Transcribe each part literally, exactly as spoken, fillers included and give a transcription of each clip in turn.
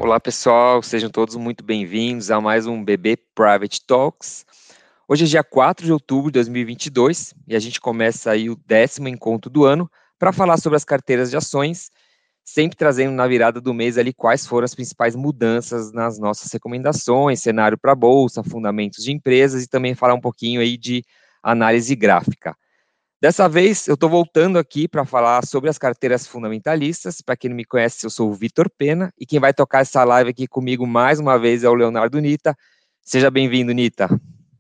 Olá, pessoal, sejam todos muito bem-vindos a mais um B B Private Talks. Hoje é dia quatro de outubro de dois mil e vinte e dois e a gente começa aí o décimo encontro do ano para falar sobre as carteiras de ações, sempre trazendo na virada do mês ali quais foram as principais mudanças nas nossas recomendações, cenário para a bolsa, fundamentos de empresas e também falar um pouquinho aí de análise gráfica. Dessa vez, eu estou voltando aqui para falar sobre as carteiras fundamentalistas. Para quem não me conhece, eu sou o Vitor Pena, e quem vai tocar essa live aqui comigo mais uma vez é o Leonardo Nita. Seja bem-vindo, Nita.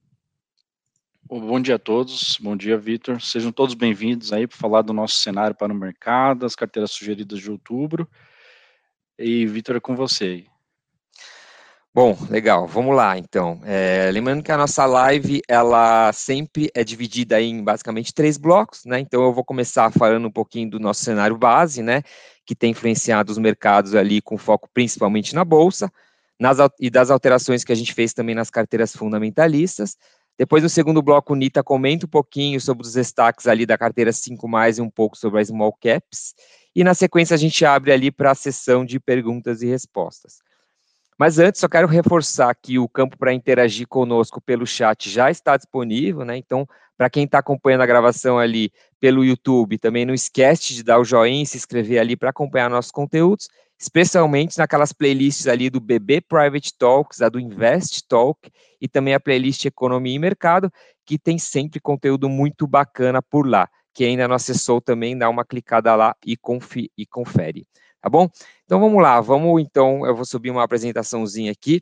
Bom dia a todos, bom dia, Vitor. Sejam todos bem-vindos aí para falar do nosso cenário para o mercado, as carteiras sugeridas de outubro. E, Vitor, é com você aí. Bom, legal, vamos lá então. É, lembrando que a nossa live, ela sempre é dividida em basicamente três blocos, né? Então eu vou começar falando um pouquinho do nosso cenário base, né? Que tem influenciado os mercados ali com foco principalmente na Bolsa, nas, e das alterações que a gente fez também nas carteiras fundamentalistas. Depois, no segundo bloco, o Nita comenta um pouquinho sobre os destaques ali da carteira cinco mais e um pouco sobre as small caps. E na sequência a gente abre ali para a sessão de perguntas e respostas. Mas antes, só quero reforçar que o campo para interagir conosco pelo chat já está disponível, né? Então, para quem está acompanhando a gravação ali pelo YouTube, também não esquece de dar o joinha e se inscrever ali para acompanhar nossos conteúdos, especialmente naquelas playlists ali do B B Private Talks, a do Invest Talk e também a playlist Economia e Mercado, que tem sempre conteúdo muito bacana por lá. Quem ainda não acessou também, dá uma clicada lá e, confi e confere. Tá bom? Então vamos lá, vamos então, eu vou subir uma apresentaçãozinha aqui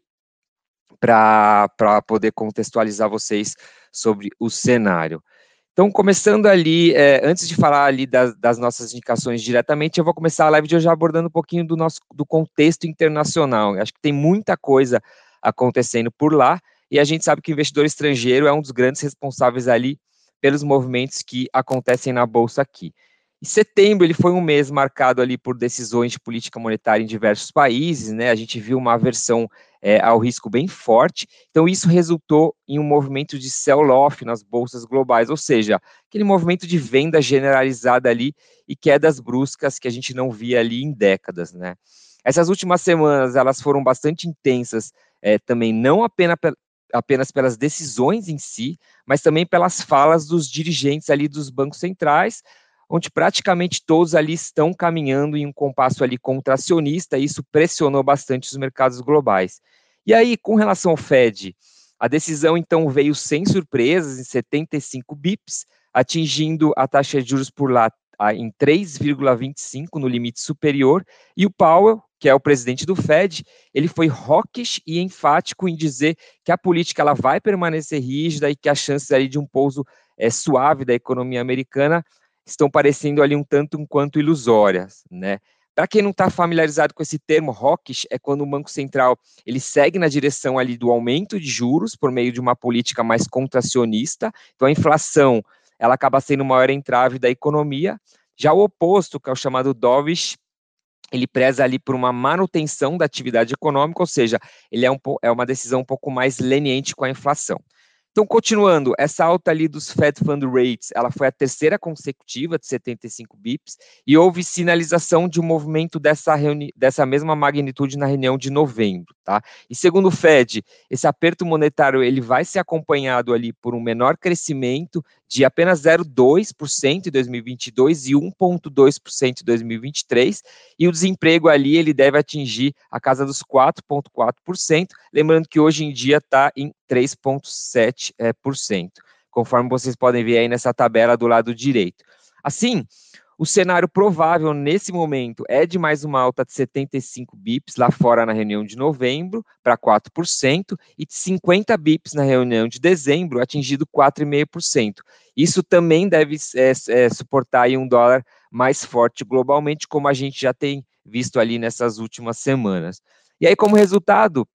para poder contextualizar vocês sobre o cenário. Então, começando ali, é, antes de falar ali das, das nossas indicações diretamente, eu vou começar a live de hoje abordando um pouquinho do nosso do contexto internacional. Eu acho que tem muita coisa acontecendo por lá, e a gente sabe que o investidor estrangeiro é um dos grandes responsáveis ali pelos movimentos que acontecem na Bolsa aqui. Em setembro, ele foi um mês marcado ali por decisões de política monetária em diversos países, né? A gente viu uma aversão é, ao risco bem forte, então isso resultou em um movimento de sell-off nas bolsas globais, ou seja, aquele movimento de venda generalizada ali e quedas bruscas que a gente não via ali em décadas, né? Essas últimas semanas, elas foram bastante intensas, é, também não apenas, apenas pelas decisões em si, mas também pelas falas dos dirigentes ali dos bancos centrais, onde praticamente todos ali estão caminhando em um compasso ali contracionista, e isso pressionou bastante os mercados globais. E aí, com relação ao Fed, a decisão então veio sem surpresas, em setenta e cinco bips, atingindo a taxa de juros por lá em três vírgula vinte e cinco no limite superior, e o Powell, que é o presidente do Fed, ele foi hawkish e enfático em dizer que a política ela vai permanecer rígida e que as chances ali de um pouso é, suave da economia americana estão parecendo ali um tanto um quanto ilusórias, né? Para quem não está familiarizado com esse termo, hawkish é quando o Banco Central ele segue na direção ali do aumento de juros por meio de uma política mais contracionista. Então a inflação ela acaba sendo o maior entrave da economia. Já o oposto, que é o chamado dovish, ele preza ali por uma manutenção da atividade econômica, ou seja, ele é, um, é uma decisão um pouco mais leniente com a inflação. Então, continuando, essa alta ali dos Fed Fund Rates, ela foi a terceira consecutiva de setenta e cinco bips, e houve sinalização de um movimento dessa, dessa mesma magnitude na reunião de novembro, tá? E segundo o Fed, esse aperto monetário, ele vai ser acompanhado ali por um menor crescimento de apenas zero vírgula dois por cento em dois mil e vinte e dois e um vírgula dois por cento em dois mil e vinte e três, e o desemprego ali, ele deve atingir a casa dos quatro vírgula quatro por cento, lembrando que hoje em dia está em três vírgula sete por cento, conforme vocês podem ver aí nessa tabela do lado direito. Assim, o cenário provável nesse momento é de mais uma alta de setenta e cinco bips lá fora na reunião de novembro para quatro por cento e de cinquenta bips na reunião de dezembro atingido quatro vírgula cinco por cento. Isso também deve é, é, suportar aí um dólar mais forte globalmente, como a gente já tem visto ali nessas últimas semanas. E aí, como resultado,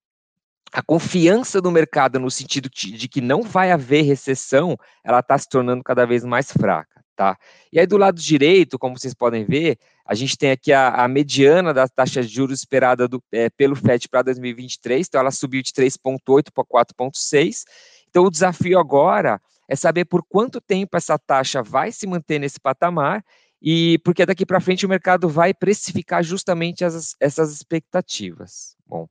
a confiança do mercado no sentido de que não vai haver recessão, ela está se tornando cada vez mais fraca, tá? E aí do lado direito, como vocês podem ver, a gente tem aqui a, a mediana da taxa de juros esperada do, é, pelo Fed para dois mil e vinte e três, então ela subiu de três vírgula oito para quatro vírgula seis. Então o desafio agora é saber por quanto tempo essa taxa vai se manter nesse patamar e porque daqui para frente o mercado vai precificar justamente as, essas expectativas. Bom,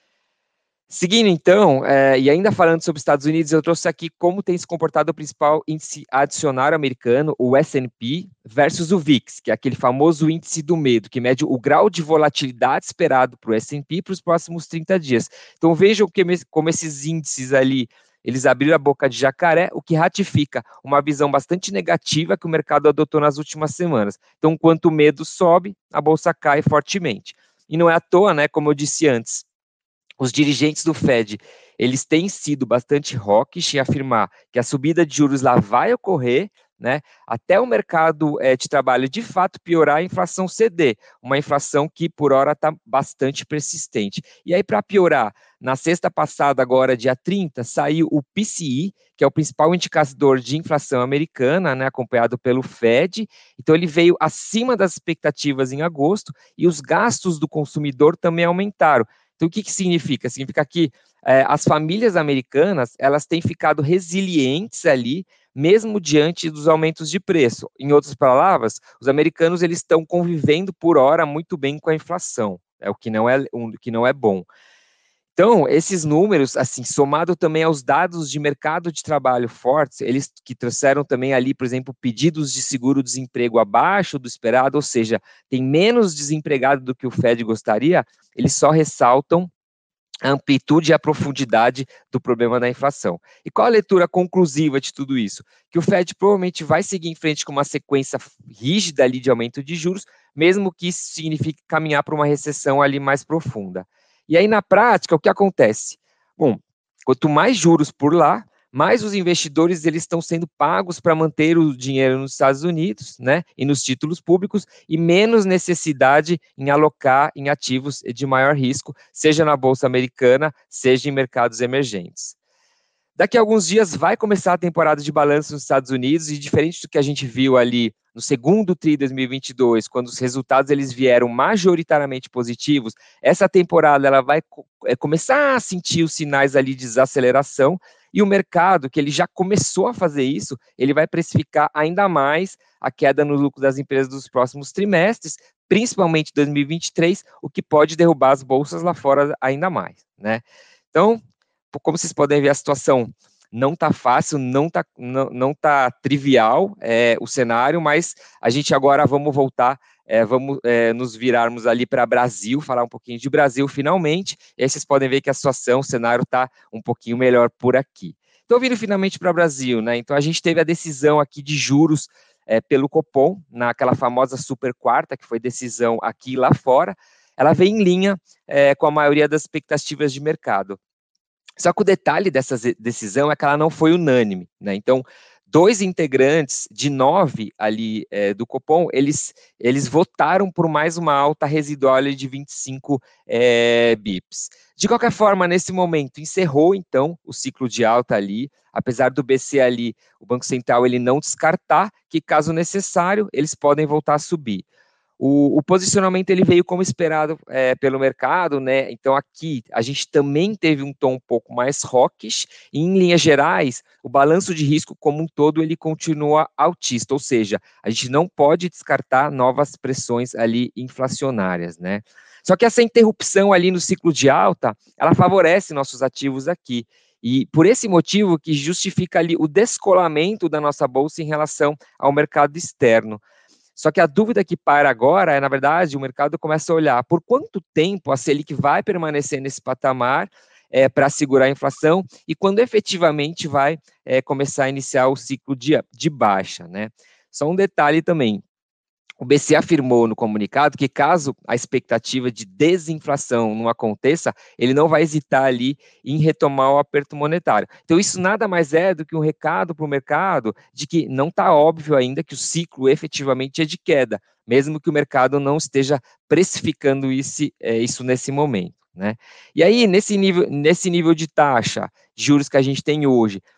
seguindo então, é, e ainda falando sobre os Estados Unidos, eu trouxe aqui como tem se comportado o principal índice adicionário americano, o S and P, versus o V I X, que é aquele famoso índice do medo, que mede o grau de volatilidade esperado para o S and P para os próximos trinta dias. Então vejam que, como esses índices ali, eles abriram a boca de jacaré, o que ratifica uma visão bastante negativa que o mercado adotou nas últimas semanas. Então, quanto o medo sobe, a bolsa cai fortemente. E não é à toa, né, como eu disse antes, os dirigentes do Fed, eles têm sido bastante hawkish em afirmar que a subida de juros lá vai ocorrer, né, até o mercado é, de trabalho de fato piorar, a inflação ceder, uma inflação que por hora está bastante persistente. E aí, para piorar, na sexta passada, agora dia trinta, saiu o P C I, que é o principal indicador de inflação americana, né, acompanhado pelo Fed. Então ele veio acima das expectativas em agosto e os gastos do consumidor também aumentaram. Então, o que, que significa? Significa que é, as famílias americanas, elas têm ficado resilientes ali, mesmo diante dos aumentos de preço. Em outras palavras, os americanos eles estão convivendo por hora muito bem com a inflação, é o que não é, o que não é bom. Então, esses números, assim, somado também aos dados de mercado de trabalho fortes, eles que trouxeram também ali, por exemplo, pedidos de seguro-desemprego abaixo do esperado, ou seja, tem menos desempregado do que o Fed gostaria, eles só ressaltam a amplitude e a profundidade do problema da inflação. E qual a leitura conclusiva de tudo isso? Que o Fed provavelmente vai seguir em frente com uma sequência rígida ali de aumento de juros, mesmo que isso signifique caminhar para uma recessão ali mais profunda. E aí, na prática, o que acontece? Bom, quanto mais juros por lá, mais os investidores eles estão sendo pagos para manter o dinheiro nos Estados Unidos, né, e nos títulos públicos, e menos necessidade em alocar em ativos de maior risco, seja na Bolsa Americana, seja em mercados emergentes. Daqui a alguns dias vai começar a temporada de balanço nos Estados Unidos e diferente do que a gente viu ali no segundo tri de dois mil e vinte e dois, quando os resultados eles vieram majoritariamente positivos, essa temporada ela vai é, começar a sentir os sinais ali de desaceleração e o mercado, que ele já começou a fazer isso, ele vai precificar ainda mais a queda no lucro das empresas dos próximos trimestres, principalmente dois mil e vinte e três, o que pode derrubar as bolsas lá fora ainda mais, né? Então, como vocês podem ver, a situação não está fácil, não está não, não tá trivial é, o cenário, mas a gente agora vamos voltar, é, vamos é, nos virarmos ali para Brasil, falar um pouquinho de Brasil finalmente, e aí vocês podem ver que a situação, o cenário está um pouquinho melhor por aqui. Então, vindo finalmente para o Brasil, né? Então a gente teve a decisão aqui de juros é, pelo Copom, naquela famosa super quarta, que foi decisão aqui e lá fora, ela vem em linha é, com a maioria das expectativas de mercado. Só que o detalhe dessa decisão é que ela não foi unânime, né? Então, dois integrantes de nove ali é, do Copom, eles, eles votaram por mais uma alta residual de vinte e cinco é, bips. De qualquer forma, nesse momento, encerrou, então, o ciclo de alta ali, apesar do B C ali, o Banco Central, ele não descartar que, caso necessário, eles podem voltar a subir. O, o posicionamento ele veio como esperado é, pelo mercado, né? Então aqui a gente também teve um tom um pouco mais hawkish, e em linhas gerais, o balanço de risco como um todo ele continua altista, ou seja, a gente não pode descartar novas pressões ali inflacionárias, né? Só que essa interrupção ali no ciclo de alta, ela favorece nossos ativos aqui. E por esse motivo que justifica ali o descolamento da nossa bolsa em relação ao mercado externo. Só que a dúvida que para agora é, na verdade, o mercado começa a olhar por quanto tempo a Selic vai permanecer nesse patamar é, para segurar a inflação e quando efetivamente vai é, começar a iniciar o ciclo de, de baixa, né? Só um detalhe também. O B C afirmou no comunicado que caso a expectativa de desinflação não aconteça, ele não vai hesitar ali em retomar o aperto monetário. Então isso nada mais é do que um recado para o mercado de que não está óbvio ainda que o ciclo efetivamente é de queda, mesmo que o mercado não esteja precificando isso, é, isso nesse momento, né? E aí, nesse nível, nesse nível de taxa, de juros que a gente tem hoje,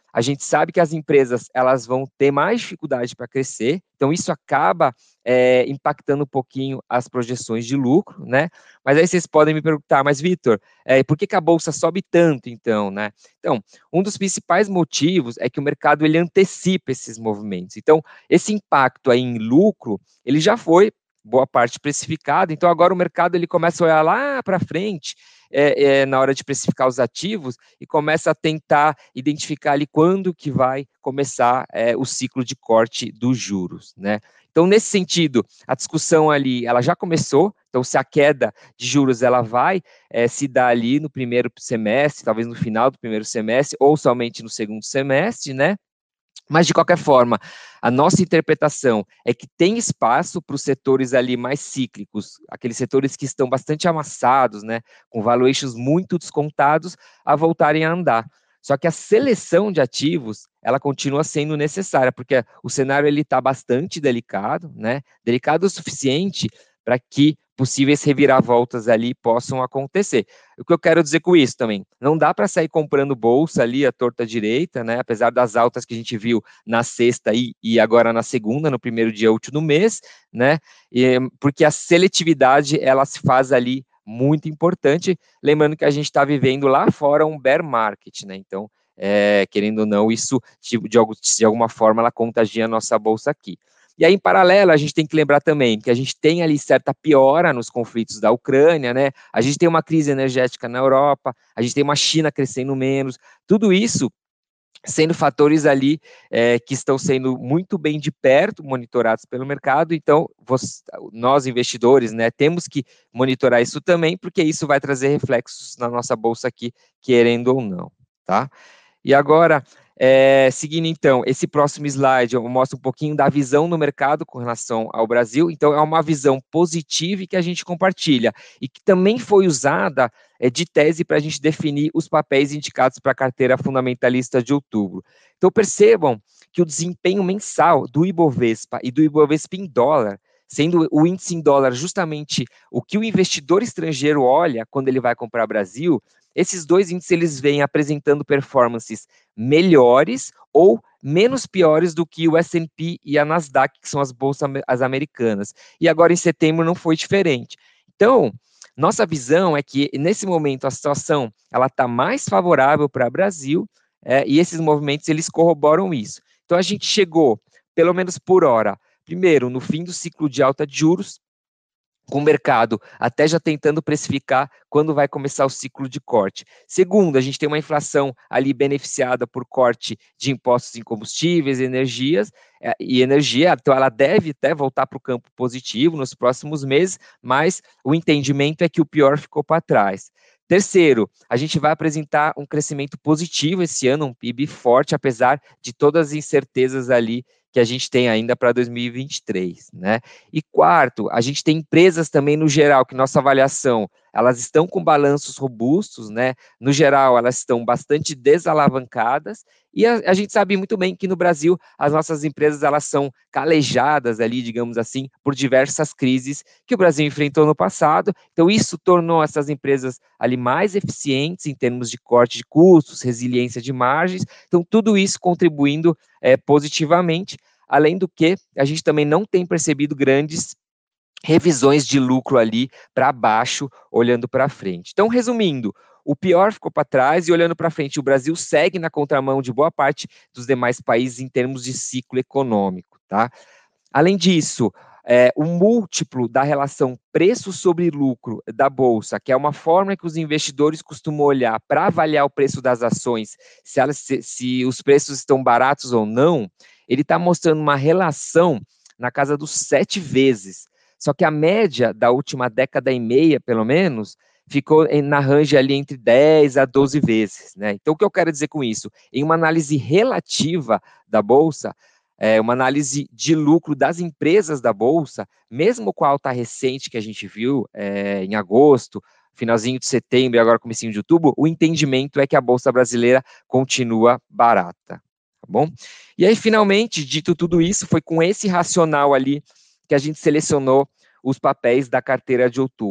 a gente sabe que as empresas elas vão ter mais dificuldade para crescer, então isso acaba é, impactando um pouquinho as projeções de lucro, né? Mas aí vocês podem me perguntar, mas Vitor, é, por que, que a bolsa sobe tanto, então, né? Então, um dos principais motivos é que o mercado ele antecipa esses movimentos. Então, esse impacto aí em lucro, ele já foi boa parte precificado, então agora o mercado ele começa a olhar lá para frente, é, é, na hora de precificar os ativos, e começa a tentar identificar ali quando que vai começar é, o ciclo de corte dos juros, né? Então, nesse sentido, a discussão ali, ela já começou, então se a queda de juros ela vai é, se dar ali no primeiro semestre, talvez no final do primeiro semestre, ou somente no segundo semestre, né? Mas, de qualquer forma, a nossa interpretação é que tem espaço para os setores ali mais cíclicos, aqueles setores que estão bastante amassados, né, com valuations muito descontados, a voltarem a andar. Só que a seleção de ativos, ela continua sendo necessária, porque o cenário ele está bastante delicado, né, delicado o suficiente para que possíveis reviravoltas ali possam acontecer. O que eu quero dizer com isso também, não dá para sair comprando bolsa ali à torta direita, né, apesar das altas que a gente viu na sexta e, e agora na segunda, no primeiro dia útil do mês, né, e, porque a seletividade, ela se faz ali muito importante, lembrando que a gente está vivendo lá fora um bear market, né, então, é, querendo ou não, isso de, de, de alguma forma ela contagia a nossa bolsa aqui. E aí, em paralelo, a gente tem que lembrar também que a gente tem ali certa piora nos conflitos da Ucrânia, né? A gente tem uma crise energética na Europa, a gente tem uma China crescendo menos, tudo isso sendo fatores ali é, que estão sendo muito bem de perto monitorados pelo mercado, então você, nós investidores, né, temos que monitorar isso também, porque isso vai trazer reflexos na nossa bolsa aqui, querendo ou não, tá? E agora, é, seguindo então, esse próximo slide, eu mostro um pouquinho da visão no mercado com relação ao Brasil. Então, é uma visão positiva e que a gente compartilha, e que também foi usada é, de tese para a gente definir os papéis indicados para a carteira fundamentalista de outubro. Então, percebam que o desempenho mensal do Ibovespa e do Ibovespa em dólar, sendo o índice em dólar justamente o que o investidor estrangeiro olha quando ele vai comprar Brasil, esses dois índices eles vêm apresentando performances melhores ou menos piores do que o S and P e a Nasdaq, que são as bolsas as americanas. E agora em setembro não foi diferente. Então, nossa visão é que nesse momento a situação ela está mais favorável para o Brasil é, e esses movimentos eles corroboram isso. Então a gente chegou, pelo menos por hora, primeiro no fim do ciclo de alta de juros, com o mercado até já tentando precificar quando vai começar o ciclo de corte. Segundo, a gente tem uma inflação ali beneficiada por corte de impostos em combustíveis, energias e energia, então ela deve até voltar para o campo positivo nos próximos meses, mas o entendimento é que o pior ficou para trás. Terceiro, a gente vai apresentar um crescimento positivo esse ano, um P I B forte, apesar de todas as incertezas ali que a gente tem ainda para dois mil e vinte e três, né? E quarto, a gente tem empresas também no geral que nossa avaliação, elas estão com balanços robustos, né? No geral, elas estão bastante desalavancadas e a, a gente sabe muito bem que no Brasil as nossas empresas elas são calejadas ali, digamos assim, por diversas crises que o Brasil enfrentou no passado. Então isso tornou essas empresas ali mais eficientes em termos de corte de custos, resiliência de margens. Então tudo isso contribuindo é, positivamente, além do que a gente também não tem percebido grandes revisões de lucro ali para baixo, olhando para frente. Então, resumindo, o pior ficou para trás e olhando para frente, o Brasil segue na contramão de boa parte dos demais países em termos de ciclo econômico, tá? Além disso, é, o múltiplo da relação preço sobre lucro da Bolsa, que é uma forma que os investidores costumam olhar para avaliar o preço das ações, se, elas, se, se os preços estão baratos ou não, ele está mostrando uma relação na casa dos sete vezes. Só que a média da última década e meia, pelo menos, ficou na range ali entre dez a doze vezes, né? Então, o que eu quero dizer com isso? Em uma análise relativa da Bolsa, é, uma análise de lucro das empresas da Bolsa, mesmo com a alta recente que a gente viu é, em agosto, finalzinho de setembro e agora comecinho de outubro, o entendimento é que a Bolsa brasileira continua barata, tá bom? E aí, finalmente, dito tudo isso, foi com esse racional ali que a gente selecionou os papéis da carteira de outubro.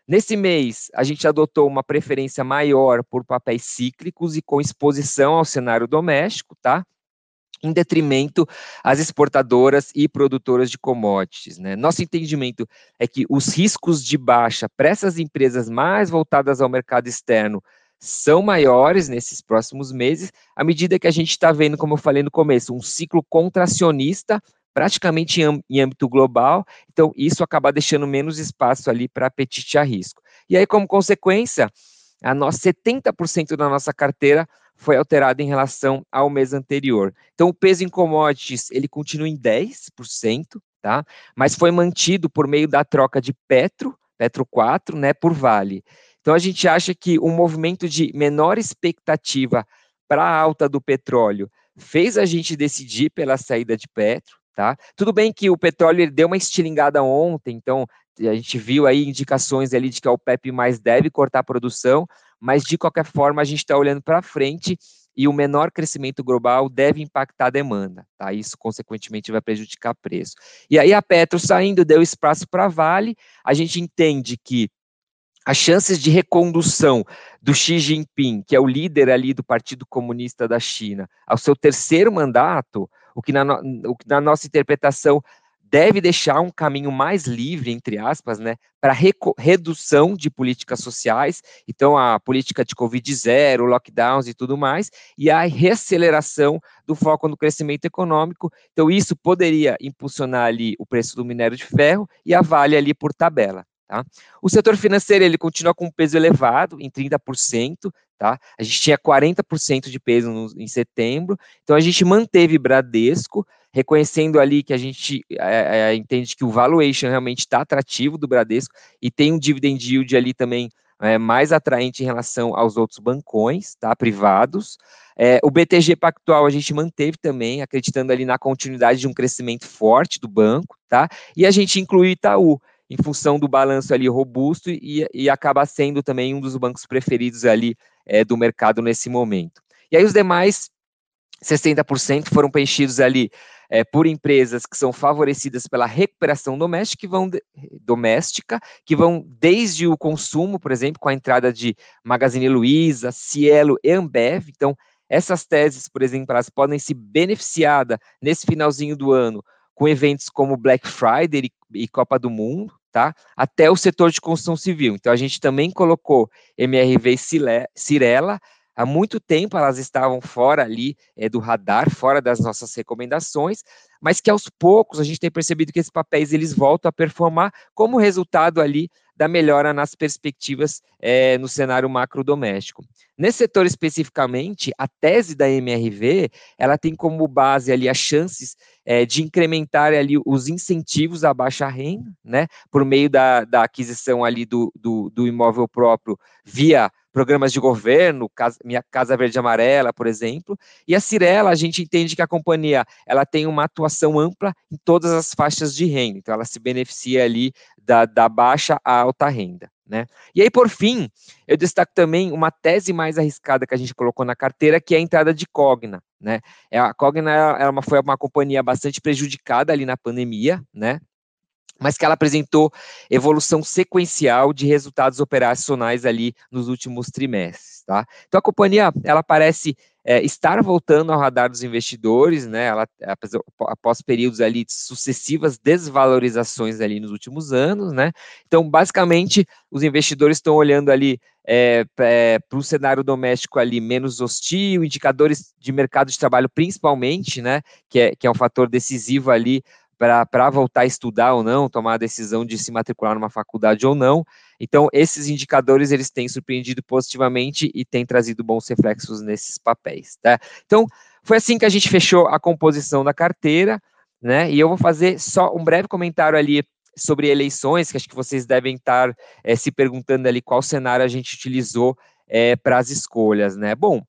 Nesse mês, a gente adotou uma preferência maior por papéis cíclicos e com exposição ao cenário doméstico, tá? Em detrimento às exportadoras e produtoras de commodities, né? Nosso entendimento é que os riscos de baixa para essas empresas mais voltadas ao mercado externo são maiores nesses próximos meses, à medida que a gente está vendo, como eu falei no começo, um ciclo contracionista praticamente em, em âmbito global, então isso acaba deixando menos espaço ali para apetite a risco. E aí, como consequência, a nossa setenta por cento da nossa carteira foi alterado em relação ao mês anterior. Então, o peso em commodities, ele continua em dez por cento, tá? Mas foi mantido por meio da troca de Petro, Petro quatro, né, por Vale. Então, a gente acha que um movimento de menor expectativa para a alta do petróleo fez a gente decidir pela saída de Petro, tá? Tudo bem que o petróleo ele deu uma estilingada ontem, então a gente viu aí indicações ali de que a OPEP mais deve cortar a produção, mas de qualquer forma a gente está olhando para frente e o menor crescimento global deve impactar a demanda, tá? Isso consequentemente vai prejudicar preço. E aí a Petro saindo deu espaço para a Vale, a gente entende que as chances de recondução do Xi Jinping, que é o líder ali do Partido Comunista da China, ao seu terceiro mandato, o que na, no, o que na nossa interpretação deve deixar um caminho mais livre, entre aspas, né, para redução de políticas sociais, então a política de Covid zero, lockdowns e tudo mais, e a reaceleração do foco no crescimento econômico, então isso poderia impulsionar ali o preço do minério de ferro e a Vale ali por tabela. Tá? O setor financeiro ele continua com um peso elevado, em trinta por cento, tá? A gente tinha quarenta por cento de peso no, em setembro, então a gente manteve Bradesco, reconhecendo ali que a gente é, é, entende que o valuation realmente está atrativo do Bradesco e tem um dividend yield ali também é, mais atraente em relação aos outros bancões, tá? Privados. É, o B T G Pactual a gente manteve também, acreditando ali na continuidade de um crescimento forte do banco, tá? E a gente inclui Itaú, em função do balanço ali robusto e, e acaba sendo também um dos bancos preferidos ali é, do mercado nesse momento. E aí os demais sessenta por cento foram preenchidos ali é, por empresas que são favorecidas pela recuperação doméstica, que vão de, doméstica, que vão desde o consumo, por exemplo, com a entrada de Magazine Luiza, Cielo e Ambev. Então, essas teses, por exemplo, elas podem se beneficiar nesse finalzinho do ano com eventos como Black Friday e, e Copa do Mundo, tá? Até o setor de construção civil. Então, a gente também colocou M R V e Cirela. Há muito tempo elas estavam fora ali é, do radar, fora das nossas recomendações, mas que aos poucos a gente tem percebido que esses papéis eles voltam a performar como resultado ali da melhora nas perspectivas é, no cenário macro doméstico. Nesse setor especificamente, a tese da M R V, ela tem como base ali as chances é, de incrementar ali os incentivos à baixa renda, né, por meio da, da aquisição ali do, do, do imóvel próprio via programas de governo, casa, minha Casa Verde e Amarela, por exemplo, e a Cirela, a gente entende que a companhia, ela tem uma atuação ampla em todas as faixas de renda, então ela se beneficia ali da, da baixa à alta renda, né? E aí, por fim, eu destaco também uma tese mais arriscada que a gente colocou na carteira, que é a entrada de Cogna, né? A Cogna ela uma, foi uma companhia bastante prejudicada ali na pandemia, né? Mas que ela apresentou evolução sequencial de resultados operacionais ali nos últimos trimestres, tá? Então a companhia, ela parece é, estar voltando ao radar dos investidores, né? Ela, após períodos ali de sucessivas desvalorizações ali nos últimos anos, né? Então, basicamente, os investidores estão olhando ali é, é, para o cenário doméstico ali menos hostil, indicadores de mercado de trabalho principalmente, né? Que é, que é um fator decisivo ali para voltar a estudar ou não, tomar a decisão de se matricular numa faculdade ou não. Então, esses indicadores, eles têm surpreendido positivamente e têm trazido bons reflexos nesses papéis, tá? Então, foi assim que a gente fechou a composição da carteira, né? E eu vou fazer só um breve comentário ali sobre eleições, que acho que vocês devem estar é, se perguntando ali qual cenário a gente utilizou é, para as escolhas, né? Bom,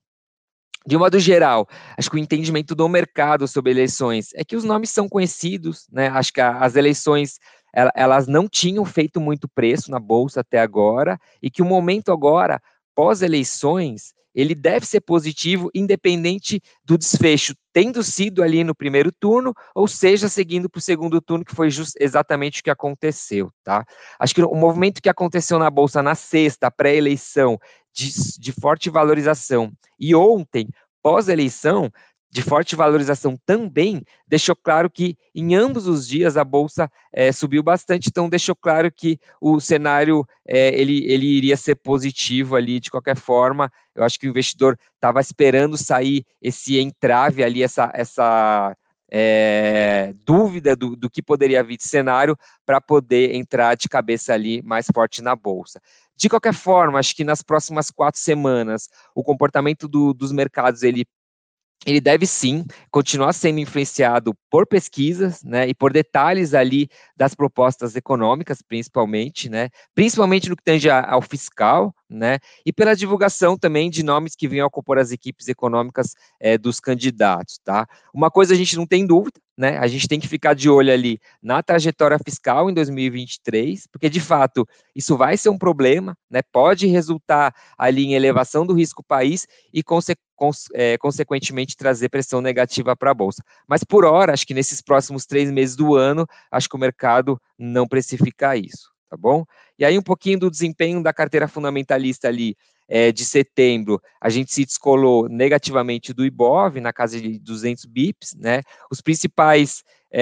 de um modo geral, acho que o entendimento do mercado sobre eleições é que os nomes são conhecidos, né? Acho que a, as eleições elas não tinham feito muito preço na bolsa até agora e que o momento agora, pós-eleições, ele deve ser positivo, independente do desfecho, tendo sido ali no primeiro turno, ou seja, seguindo para o segundo turno, que foi just, exatamente o que aconteceu, tá? Acho que o movimento que aconteceu na Bolsa na sexta, pré-eleição, de, de forte valorização, e ontem, pós-eleição, de forte valorização também, deixou claro que em ambos os dias a Bolsa é, subiu bastante, então deixou claro que o cenário é, ele, ele iria ser positivo ali de qualquer forma. Eu acho que o investidor estava esperando sair esse entrave ali, essa, essa é, dúvida do, do que poderia vir de cenário para poder entrar de cabeça ali mais forte na Bolsa. De qualquer forma, acho que nas próximas quatro semanas, o comportamento do, dos mercados, ele ele deve sim continuar sendo influenciado por pesquisas, né, e por detalhes ali das propostas econômicas, principalmente, né, principalmente no que tange ao fiscal, né, e pela divulgação também de nomes que venham a compor as equipes econômicas é, dos candidatos, tá? Uma coisa a gente não tem dúvida, né, a gente tem que ficar de olho ali na trajetória fiscal em dois mil e vinte e três, porque de fato isso vai ser um problema, né, pode resultar ali em elevação do risco país e conse cons é, consequentemente trazer pressão negativa para a Bolsa. Mas por hora, acho que nesses próximos três meses do ano, acho que o mercado não precifica isso, tá bom? E aí um pouquinho do desempenho da carteira fundamentalista ali, é, de setembro, a gente se descolou negativamente do Ibov, na casa de duzentos bips, né? Os principais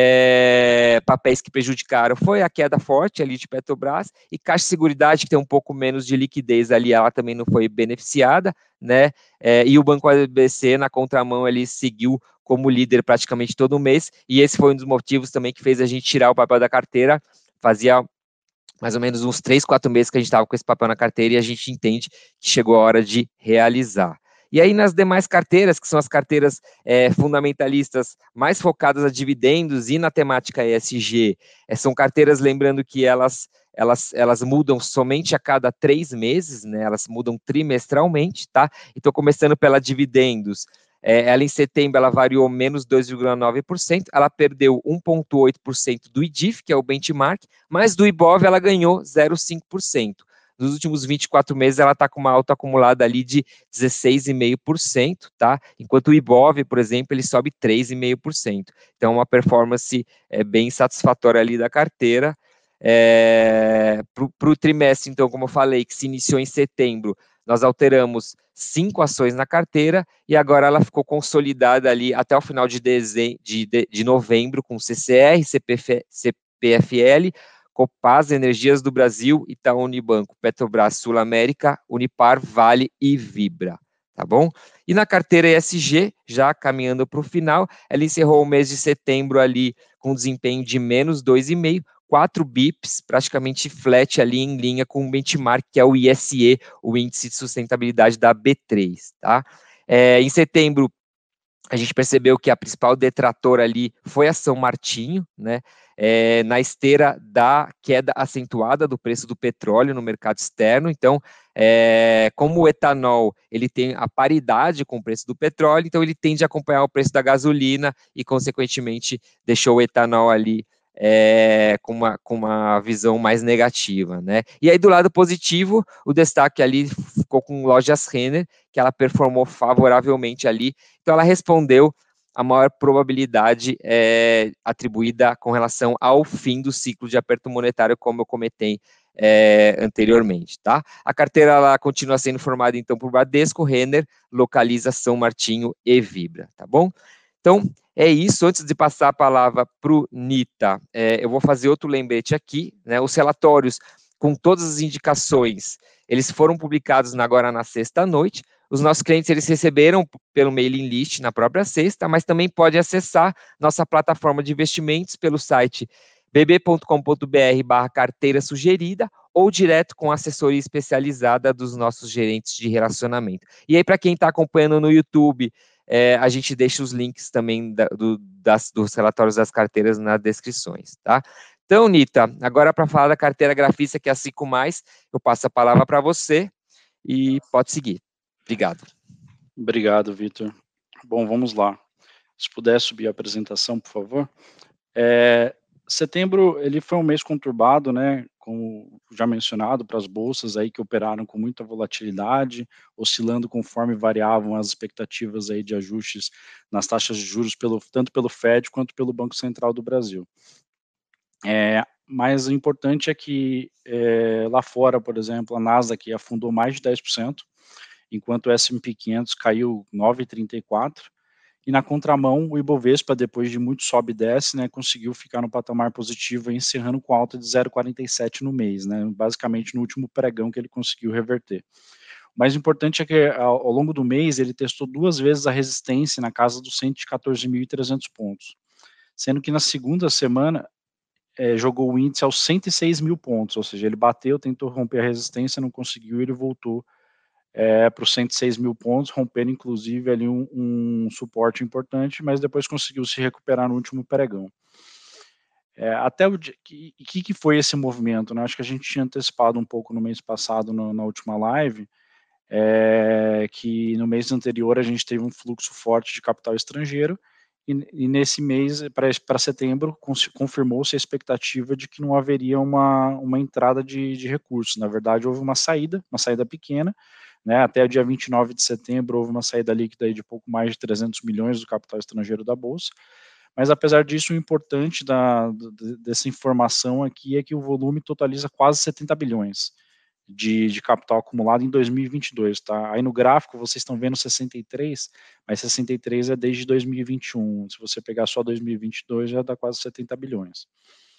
é, papéis que prejudicaram foi a queda forte ali de Petrobras e Caixa de Seguridade, que tem um pouco menos de liquidez ali, ela também não foi beneficiada, né? É, e o Banco A B C, na contramão, ele seguiu como líder praticamente todo mês, e esse foi um dos motivos também que fez a gente tirar o papel da carteira. Fazia mais ou menos uns três, quatro meses que a gente estava com esse papel na carteira e a gente entende que chegou a hora de realizar. E aí, nas demais carteiras, que são as carteiras é, fundamentalistas mais focadas a dividendos e na temática E S G, é, são carteiras, lembrando que elas, elas, elas mudam somente a cada três meses, né? Elas mudam trimestralmente, tá? Então, começando pela dividendos, é, ela em setembro ela variou menos dois vírgula nove por cento, ela perdeu um vírgula oito por cento do I D I F, que é o benchmark, mas do Ibov ela ganhou zero vírgula cinco por cento. Nos últimos vinte e quatro meses, ela está com uma alta acumulada ali de dezesseis vírgula cinco por cento, tá? Enquanto o Ibov, por exemplo, ele sobe três vírgula cinco por cento. Então, uma performance é, bem satisfatória ali da carteira. É, para o trimestre, então, como eu falei, que se iniciou em setembro, nós alteramos cinco ações na carteira e agora ela ficou consolidada ali até o final de, dezembro, de, de, de novembro com C C R, C P F L, Copasa, Energias do Brasil, Itaú Unibanco, Petrobras, Sul América, Unipar, Vale e Vibra, tá bom? E na carteira E S G, já caminhando para o final, ela encerrou o mês de setembro ali com desempenho de menos dois vírgula cinco, quatro bips, praticamente flat ali em linha com o benchmark, que é o I S E, o Índice de Sustentabilidade da B três, tá? É, em setembro, a gente percebeu que a principal detratora ali foi a São Martinho, né? É, na esteira da queda acentuada do preço do petróleo no mercado externo. Então, é, como o etanol ele tem a paridade com o preço do petróleo, então ele tende a acompanhar o preço da gasolina e, consequentemente, deixou o etanol ali é, com, uma, com uma visão mais negativa, né? E aí, do lado positivo, o destaque ali ficou com Lojas Renner, que ela performou favoravelmente ali. Então, ela respondeu a maior probabilidade é, atribuída com relação ao fim do ciclo de aperto monetário, como eu comentei é, anteriormente, tá? A carteira ela continua sendo formada, então, por Bradesco, Renner, Localiza, São Martinho e Vibra, tá bom? Então, é isso. Antes de passar a palavra para o Nita, é, eu vou fazer outro lembrete aqui, né? Os relatórios com todas as indicações, eles foram publicados agora na sexta-noite. Os nossos clientes, eles receberam pelo mailing list na própria sexta, mas também pode acessar nossa plataforma de investimentos pelo site b b ponto com ponto b r barra carteira sugerida ou direto com a assessoria especializada dos nossos gerentes de relacionamento. E aí, para quem está acompanhando no YouTube, é, a gente deixa os links também da, do, das, dos relatórios das carteiras nas descrições, tá? Então, Nita, agora para falar da carteira grafista, que é a cinco mais, eu passo a palavra para você e pode seguir. Obrigado. Obrigado, Vitor. Bom, vamos lá. Se puder subir a apresentação, por favor. É, setembro, ele foi um mês conturbado, né, como já mencionado, para as bolsas aí que operaram com muita volatilidade, oscilando conforme variavam as expectativas aí de ajustes nas taxas de juros, pelo, tanto pelo Fed quanto pelo Banco Central do Brasil. É, mas o importante é que é, lá fora, por exemplo, a Nasdaq afundou mais de dez por cento, enquanto o S and P quinhentos caiu nove vírgula trinta e quatro por cento, e na contramão, o Ibovespa, depois de muito sobe e desce, né, conseguiu ficar no patamar positivo, encerrando com alta de zero vírgula quarenta e sete no mês, né, basicamente no último pregão que ele conseguiu reverter. O mais importante é que ao, ao longo do mês ele testou duas vezes a resistência na casa dos cento e quatorze mil e trezentos pontos, sendo que na segunda semana é, jogou o índice aos cento e seis mil pontos, ou seja, ele bateu, tentou romper a resistência, não conseguiu, ele voltou é, para os cento e seis mil pontos, rompendo inclusive ali um, um suporte importante, mas depois conseguiu se recuperar no último pregão. É, até o que, que foi esse movimento, né? Acho que a gente tinha antecipado um pouco no mês passado, no, na última live, é, que no mês anterior a gente teve um fluxo forte de capital estrangeiro, e, e nesse mês, para setembro, confirmou-se a expectativa de que não haveria uma, uma entrada de, de recursos. Na verdade, houve uma saída, uma saída pequena, né, até o dia vinte e nove de setembro houve uma saída líquida aí de pouco mais de trezentos milhões do capital estrangeiro da Bolsa, mas apesar disso, o importante da, dessa informação aqui é que o volume totaliza quase setenta bilhões de, de capital acumulado em dois mil e vinte e dois, tá? Aí no gráfico vocês estão vendo sessenta e três, mas sessenta e três é desde dois mil e vinte e um, se você pegar só dois mil e vinte e dois já dá quase setenta bilhões.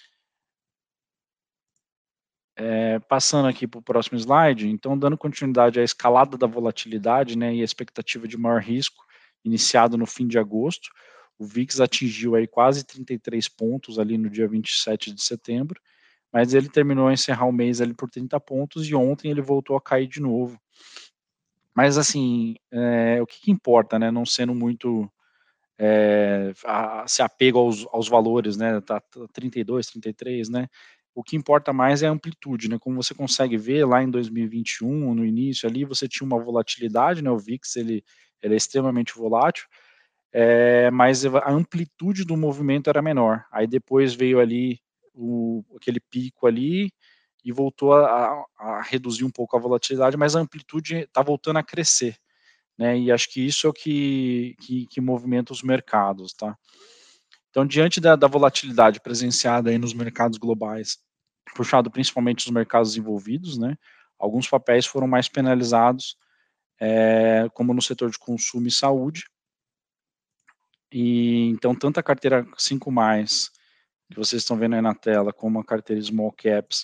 É, passando aqui para o próximo slide, então dando continuidade à escalada da volatilidade, né, e a expectativa de maior risco, iniciado no fim de agosto, o V I X atingiu aí quase trinta e três pontos ali no dia vinte e sete de setembro, mas ele terminou a encerrar o mês ali por trinta pontos e ontem ele voltou a cair de novo. Mas assim, é, o que, que importa, né, não sendo muito é, a, se apego aos, aos valores, né, tá trinta e dois, trinta e três, né, o que importa mais é a amplitude, né, como você consegue ver lá em dois mil e vinte e um, no início ali, você tinha uma volatilidade, né, o V I X, ele, ele é extremamente volátil, é, mas a amplitude do movimento era menor, aí depois veio ali o, aquele pico ali, e voltou a, a reduzir um pouco a volatilidade, mas a amplitude está voltando a crescer, né? E acho que isso é o que, que, que movimenta os mercados, tá? Então, diante da, da volatilidade presenciada aí nos mercados globais, puxado principalmente os mercados envolvidos, né? Alguns papéis foram mais penalizados, é, como no setor de consumo e saúde. E então, tanto a carteira cinco mais, que vocês estão vendo aí na tela, como a carteira Small Caps,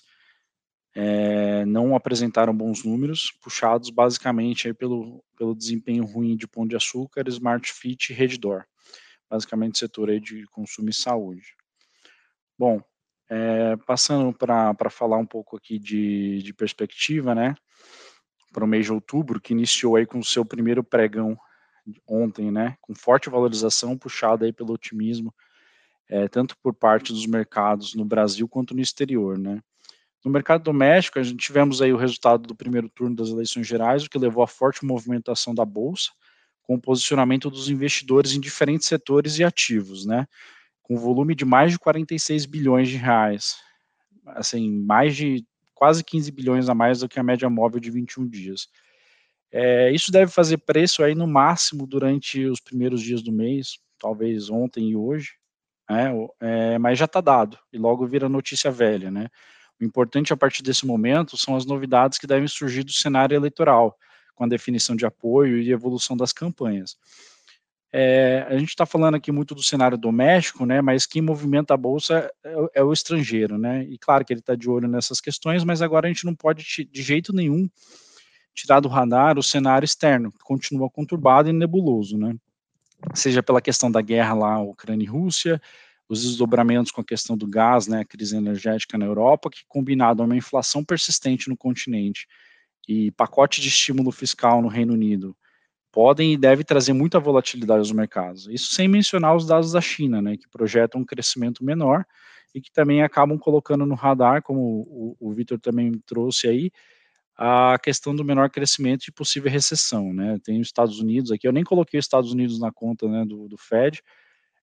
é, não apresentaram bons números, puxados basicamente aí pelo, pelo desempenho ruim de Pão de Açúcar, Smart Fit e Redditor, basicamente setor aí de consumo e saúde. Bom, é, passando para falar um pouco aqui de, de perspectiva, né, para o mês de outubro, que iniciou aí com o seu primeiro pregão ontem, né, com forte valorização puxada aí pelo otimismo, é, tanto por parte dos mercados no Brasil quanto no exterior, né. No mercado doméstico, a gente tivemos aí o resultado do primeiro turno das eleições gerais, o que levou à forte movimentação da Bolsa, com o posicionamento dos investidores em diferentes setores e ativos, né? Com volume de mais de quarenta e seis bilhões de reais, assim, mais de quase quinze bilhões a mais do que a média móvel de vinte e um dias. É, isso deve fazer preço aí no máximo durante os primeiros dias do mês, talvez ontem e hoje, né? É, mas já está dado, e logo vira notícia velha, né? O importante a partir desse momento são as novidades que devem surgir do cenário eleitoral, com a definição de apoio e evolução das campanhas. É, a gente está falando aqui muito do cenário doméstico, né, mas quem movimenta a bolsa é, é o estrangeiro, né, e claro que ele está de olho nessas questões, mas agora a gente não pode de jeito nenhum tirar do radar o cenário externo, que continua conturbado e nebuloso, né, seja pela questão da guerra lá, Ucrânia e Rússia, os desdobramentos com a questão do gás, né, a crise energética na Europa, que combinado a uma inflação persistente no continente e pacote de estímulo fiscal no Reino Unido, podem e devem trazer muita volatilidade aos mercados. Isso sem mencionar os dados da China, né, que projetam um crescimento menor e que também acabam colocando no radar, como o, o Vitor também trouxe aí, a questão do menor crescimento e possível recessão, né? Tem os Estados Unidos aqui, eu nem coloquei os Estados Unidos na conta, né, do, do Fed,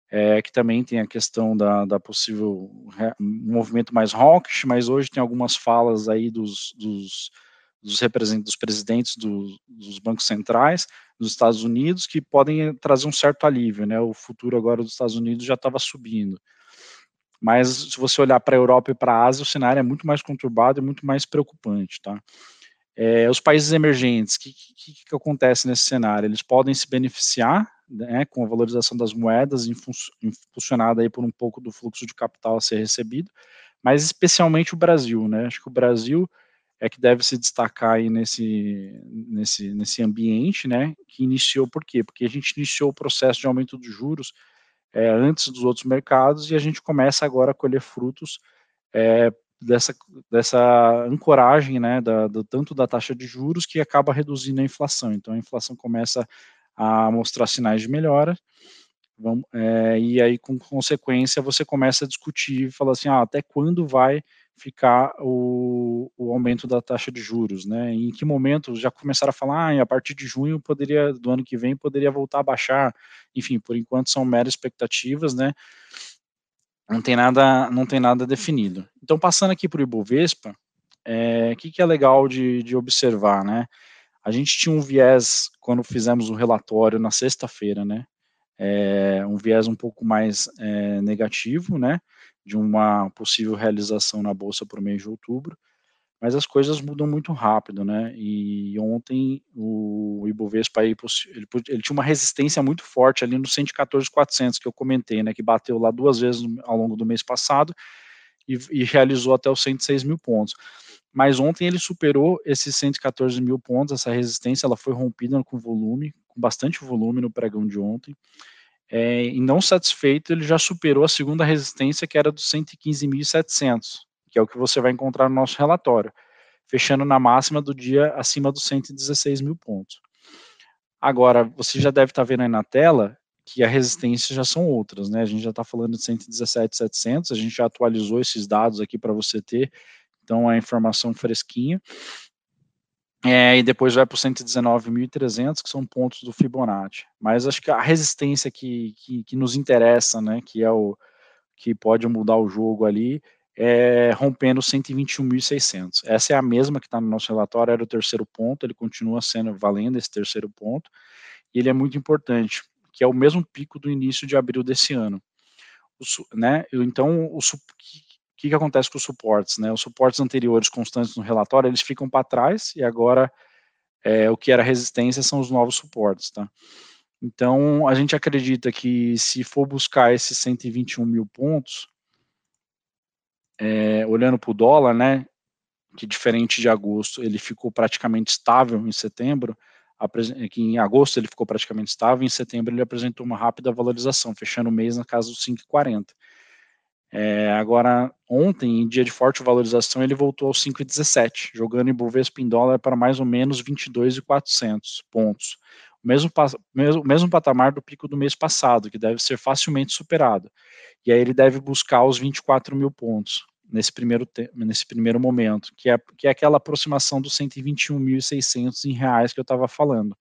é, que também tem a questão da, da possível re, um movimento mais hawkish, mas hoje tem algumas falas aí dos, dos, dos, represent, dos presidentes do, dos bancos centrais dos Estados Unidos que podem trazer um certo alívio, né? O futuro agora dos Estados Unidos já estava subindo. Mas se você olhar para a Europa e para a Ásia, o cenário é muito mais conturbado e muito mais preocupante, tá? É, os países emergentes, o que, que, que acontece nesse cenário? Eles podem se beneficiar, né, com a valorização das moedas, impulsionada aí por um pouco do fluxo de capital a ser recebido, mas especialmente o Brasil, né? Acho que o Brasil é que deve se destacar aí nesse, nesse, nesse ambiente, né? Que iniciou por quê? Porque a gente iniciou o processo de aumento dos juros é, antes dos outros mercados e a gente começa agora a colher frutos é, dessa, dessa ancoragem, né, da, do, tanto da taxa de juros que acaba reduzindo a inflação. Então a inflação começa a mostrar sinais de melhora, vamos, é, e aí com consequência você começa a discutir e falar assim, ah, até quando vai ficar o, o aumento da taxa de juros, né? Em que momento já começaram a falar, ah, a partir de junho poderia, do ano que vem poderia voltar a baixar. Enfim, por enquanto são meras expectativas, né? Não tem nada, não tem nada definido. Então, passando aqui para o Ibovespa, é, o que, que é legal de, de observar, né? A gente tinha um viés quando fizemos o relatório na sexta-feira, né? É, um viés um pouco mais é, negativo, né? De uma possível realização na bolsa para o mês de outubro, mas as coisas mudam muito rápido, né? E ontem o Ibovespa aí, ele, ele tinha uma resistência muito forte ali no cento e quatorze mil e quatrocentos que eu comentei, né? Que bateu lá duas vezes ao longo do mês passado e, e realizou até os cento e seis mil pontos. Mas ontem ele superou esses cento e quatorze mil pontos, essa resistência, ela foi rompida com volume, com bastante volume no pregão de ontem. É, e não satisfeito, ele já superou a segunda resistência, que era dos cento e quinze mil e setecentos, que é o que você vai encontrar no nosso relatório, fechando na máxima do dia acima dos cento e dezesseis mil pontos. Agora, você já deve estar vendo aí na tela que a resistência já são outras, né? A gente já está falando de cento e dezessete mil e setecentos, a gente já atualizou esses dados aqui para você ter, então é informação fresquinha. É, e depois vai para os cento e dezenove mil e trezentos, que são pontos do Fibonacci. Mas acho que a resistência que, que, que nos interessa, né, que é o que pode mudar o jogo ali, é rompendo cento e vinte e um mil e seiscentos. Essa é a mesma que está no nosso relatório, era o terceiro ponto, ele continua sendo valendo esse terceiro ponto, e ele é muito importante, que é o mesmo pico do início de abril desse ano. O, né, então, o que, que acontece com os suportes, né? Os suportes anteriores constantes no relatório, eles ficam para trás, e agora é, o que era resistência são os novos suportes, tá? Então, a gente acredita que se for buscar esses cento e vinte e um mil pontos, é, olhando para o dólar, né, que diferente de agosto, ele ficou praticamente estável em setembro, que em agosto ele ficou praticamente estável, em setembro ele apresentou uma rápida valorização, fechando o mês na casa dos cinco e quarenta. É, agora, ontem, em dia de forte valorização, ele voltou aos cinco e dezessete, jogando em Ibovespa em dólar para mais ou menos vinte e dois mil e quatrocentos pontos. O mesmo, mesmo, mesmo patamar do pico do mês passado, que deve ser facilmente superado. E aí ele deve buscar os vinte e quatro mil pontos nesse primeiro, nesse primeiro momento, que é, que é aquela aproximação dos cento e vinte e um mil e seiscentos em reais que eu estava falando.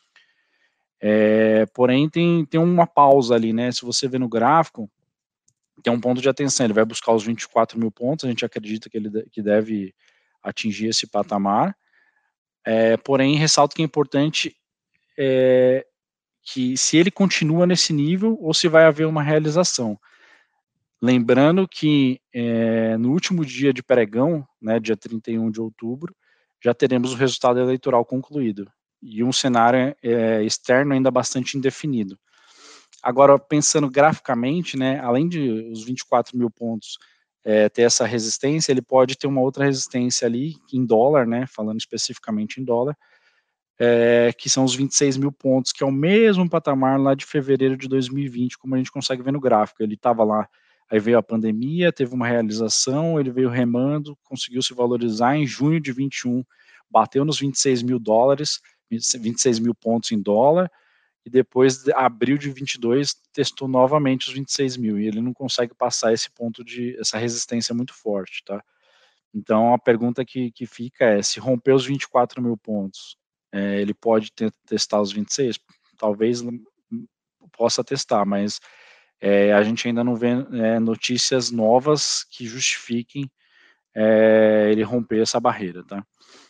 É, porém, tem, tem uma pausa ali, né? Se você vê no gráfico, tem um ponto de atenção, ele vai buscar os vinte e quatro mil pontos, a gente acredita que ele de, que deve atingir esse patamar, é, porém, ressalto que é importante é, que se ele continua nesse nível ou se vai haver uma realização. Lembrando que é, no último dia de pregão, né, dia trinta e um de outubro, já teremos o resultado eleitoral concluído e um cenário é, externo ainda bastante indefinido. Agora, pensando graficamente, né, além de os vinte e quatro mil pontos é, ter essa resistência, ele pode ter uma outra resistência ali em dólar, né, falando especificamente em dólar, é, que são os vinte e seis mil pontos, que é o mesmo patamar lá de fevereiro de dois mil e vinte, como a gente consegue ver no gráfico. Ele estava lá, aí veio a pandemia, teve uma realização, ele veio remando, conseguiu se valorizar em junho de vinte e um, bateu nos vinte e seis mil dólares, vinte e seis mil pontos em dólar, e depois, abril de vinte e dois, testou novamente os vinte e seis mil, e ele não consegue passar esse ponto de, essa resistência muito forte, tá? Então, a pergunta que, que fica é, se romper os vinte e quatro mil pontos, é, ele pode ter, testar os vinte e seis? Talvez possa testar, mas é, a gente ainda não vê é, notícias novas que justifiquem é, ele romper essa barreira, tá?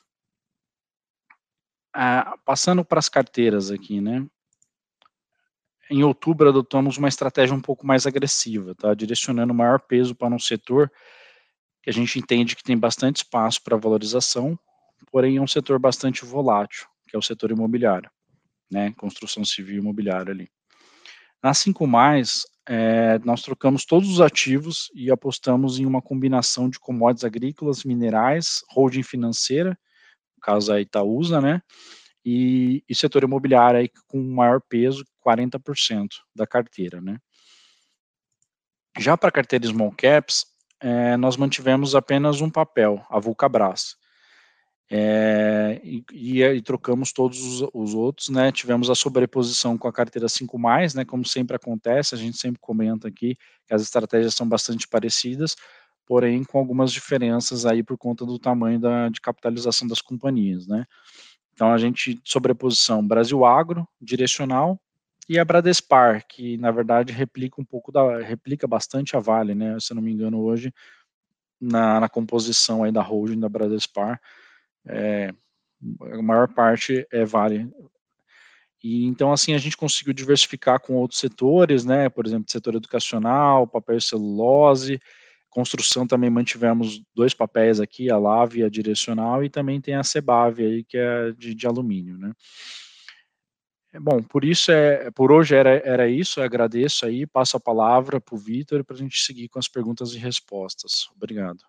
Ah, passando para as carteiras aqui, né? Em outubro adotamos uma estratégia um pouco mais agressiva, tá? Direcionando maior peso para um setor que a gente entende que tem bastante espaço para valorização, porém é um setor bastante volátil, que é o setor imobiliário, né? Construção civil e imobiliária ali. Na cinco mais, é, nós trocamos todos os ativos e apostamos em uma combinação de commodities agrícolas, minerais, holding financeira, no caso a Itaúsa, né? E, e setor imobiliário aí com maior peso, quarenta por cento da carteira, né? Já para a carteira Small Caps, é, nós mantivemos apenas um papel, a Vulcabras. É, e, e, e trocamos todos os, os outros, né? Tivemos a sobreposição com a carteira cinco mais, né? Como sempre acontece, a gente sempre comenta aqui que as estratégias são bastante parecidas, porém com algumas diferenças aí por conta do tamanho da, de capitalização das companhias, né? Então a gente sobreposição Brasil Agro, direcional, e a Bradespar, que na verdade replica um pouco da, replica bastante a Vale, né? Se eu não me engano hoje na, na composição aí da holding da Bradespar, é, a maior parte é Vale. E então assim a gente conseguiu diversificar com outros setores, né? Por exemplo, setor educacional, papel e celulose, construção também mantivemos dois papéis aqui, a Lave e a Direcional, e também tem a Sebave aí que é de, de alumínio, né? Bom, por isso é, por hoje era, era isso, eu agradeço aí, passo a palavra para o Vitor para a gente seguir com as perguntas e respostas. Obrigado.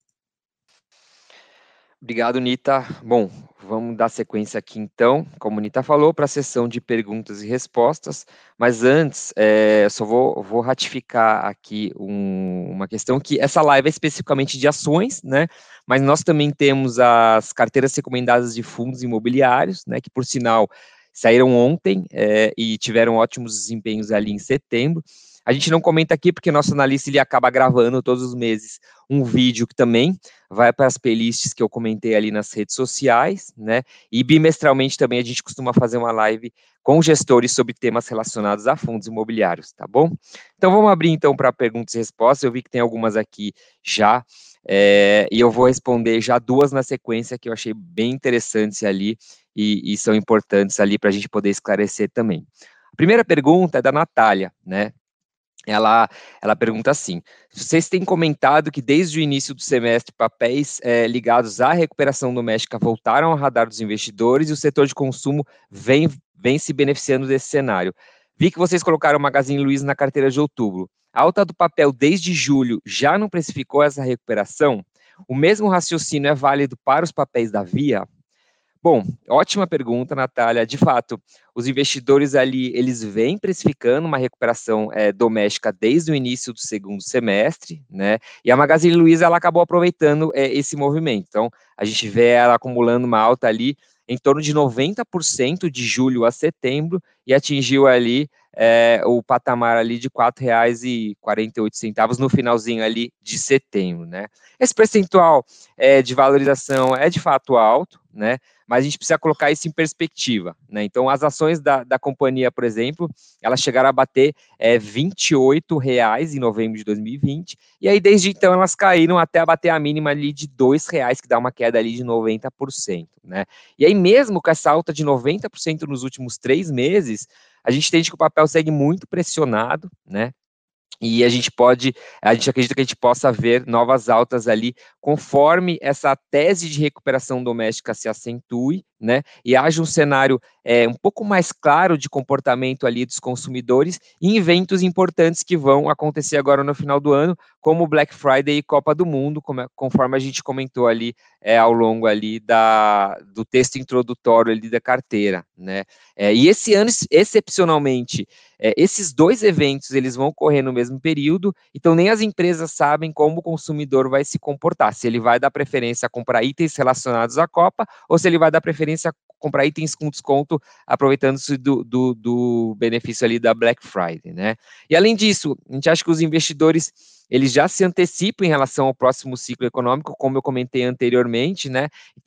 Obrigado, Nita. Bom, vamos dar sequência aqui então, como a Nita falou, para a sessão de perguntas e respostas, mas antes, é, só vou, vou ratificar aqui um, uma questão que essa live é especificamente de ações, né, mas nós também temos as carteiras recomendadas de fundos imobiliários, né, que por sinal saíram ontem é, e tiveram ótimos desempenhos ali em setembro. A gente não comenta aqui porque nosso analista ele acaba gravando todos os meses um vídeo que também vai para as playlists que eu comentei ali nas redes sociais, né? E bimestralmente também a gente costuma fazer uma live com gestores sobre temas relacionados a fundos imobiliários, tá bom? Então vamos abrir então para perguntas e respostas. Eu vi que tem algumas aqui já, é, e eu vou responder já duas na sequência que eu achei bem interessantes ali e, e são importantes ali para a gente poder esclarecer também. A primeira pergunta é da Natália, né? Ela, ela pergunta assim: vocês têm comentado que desde o início do semestre papéis é, ligados à recuperação doméstica voltaram ao radar dos investidores e o setor de consumo vem, vem se beneficiando desse cenário. Vi que vocês colocaram o Magazine Luiza na carteira de outubro. A alta do papel desde julho já não precificou essa recuperação? O mesmo raciocínio é válido para os papéis da Via? Bom, ótima pergunta, Natália. De fato, os investidores ali, eles vêm precificando uma recuperação é, doméstica desde o início do segundo semestre, né? E a Magazine Luiza, ela acabou aproveitando é, esse movimento. Então, a gente vê ela acumulando uma alta ali em torno de noventa por cento de julho a setembro e atingiu ali é, o patamar ali de quatro reais e quarenta e oito centavos no finalzinho ali de setembro, né? Esse percentual é, de valorização é de fato alto, né? Mas a gente precisa colocar isso em perspectiva, né? Então, as ações da, da companhia, por exemplo, elas chegaram a bater é, vinte e oito reais em novembro de dois mil e vinte, e aí desde então elas caíram até bater a mínima ali de dois reais, que dá uma queda ali de noventa por cento, né? E aí mesmo com essa alta de noventa por cento nos últimos três meses, a gente entende que o papel segue muito pressionado, né? E a gente pode, a gente acredita que a gente possa ver novas altas ali, conforme essa tese de recuperação doméstica se acentue, né, e haja um cenário é, um pouco mais claro de comportamento ali dos consumidores em eventos importantes que vão acontecer agora no final do ano, como Black Friday e Copa do Mundo, como, conforme a gente comentou ali é, ao longo ali da, do texto introdutório ali da carteira, né, é, e esse ano, excepcionalmente, é, esses dois eventos, eles vão ocorrer no mesmo período, então nem as empresas sabem como o consumidor vai se comportar, se ele vai dar preferência a comprar itens relacionados à Copa, ou se ele vai dar preferência a comprar itens com desconto, aproveitando-se do, do, do benefício ali da Black Friday, né? E além disso, a gente acha que os investidores, eles já se antecipam em relação ao próximo ciclo econômico, como eu comentei anteriormente, né? Então,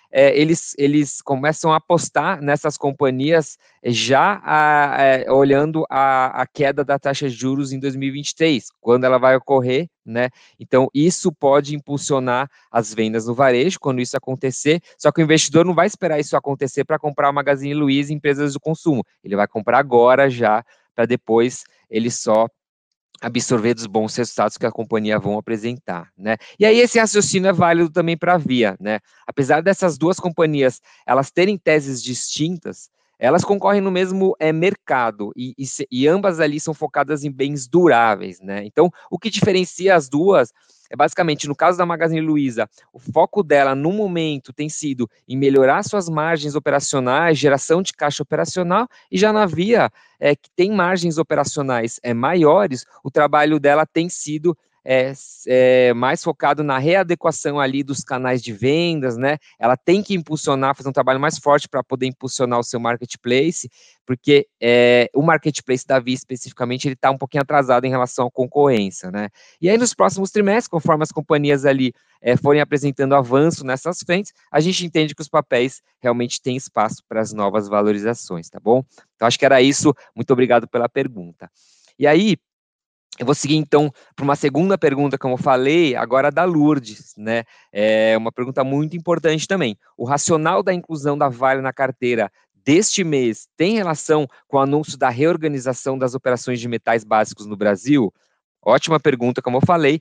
é, eles, eles começam a apostar nessas companhias já a, a, olhando a, a queda da taxa de juros em dois mil e vinte e três, quando ela vai ocorrer, né? Então, isso pode impulsionar as vendas no varejo, quando isso acontecer, só que o investidor não vai esperar isso acontecer para comprar o Magazine Luiza e empresas do consumo, ele vai comprar agora já, para depois ele só absorver dos bons resultados que a companhia vão apresentar, né? E aí esse raciocínio é válido também para a Via, né? Apesar dessas duas companhias, elas terem teses distintas, elas concorrem no mesmo é, mercado e, e, e ambas ali são focadas em bens duráveis, né? Então, o que diferencia as duas é basicamente, no caso da Magazine Luiza, o foco dela no momento tem sido em melhorar suas margens operacionais, geração de caixa operacional, e já na Via, é, que tem margens operacionais é, maiores, o trabalho dela tem sido é, é, mais focado na readequação ali dos canais de vendas, né? Ela tem que impulsionar, fazer um trabalho mais forte para poder impulsionar o seu marketplace, porque é, o marketplace da Via especificamente ele está um pouquinho atrasado em relação à concorrência, né? E aí nos próximos trimestres, conforme as companhias ali é, forem apresentando avanço nessas frentes, a gente entende que os papéis realmente têm espaço para as novas valorizações, tá bom? Então acho que era isso. Muito obrigado pela pergunta. E aí, eu vou seguir, então, para uma segunda pergunta, como eu falei, agora da Lourdes, né? É uma pergunta muito importante também. O racional da inclusão da Vale na carteira deste mês tem relação com o anúncio da reorganização das operações de metais básicos no Brasil? Ótima pergunta, como eu falei,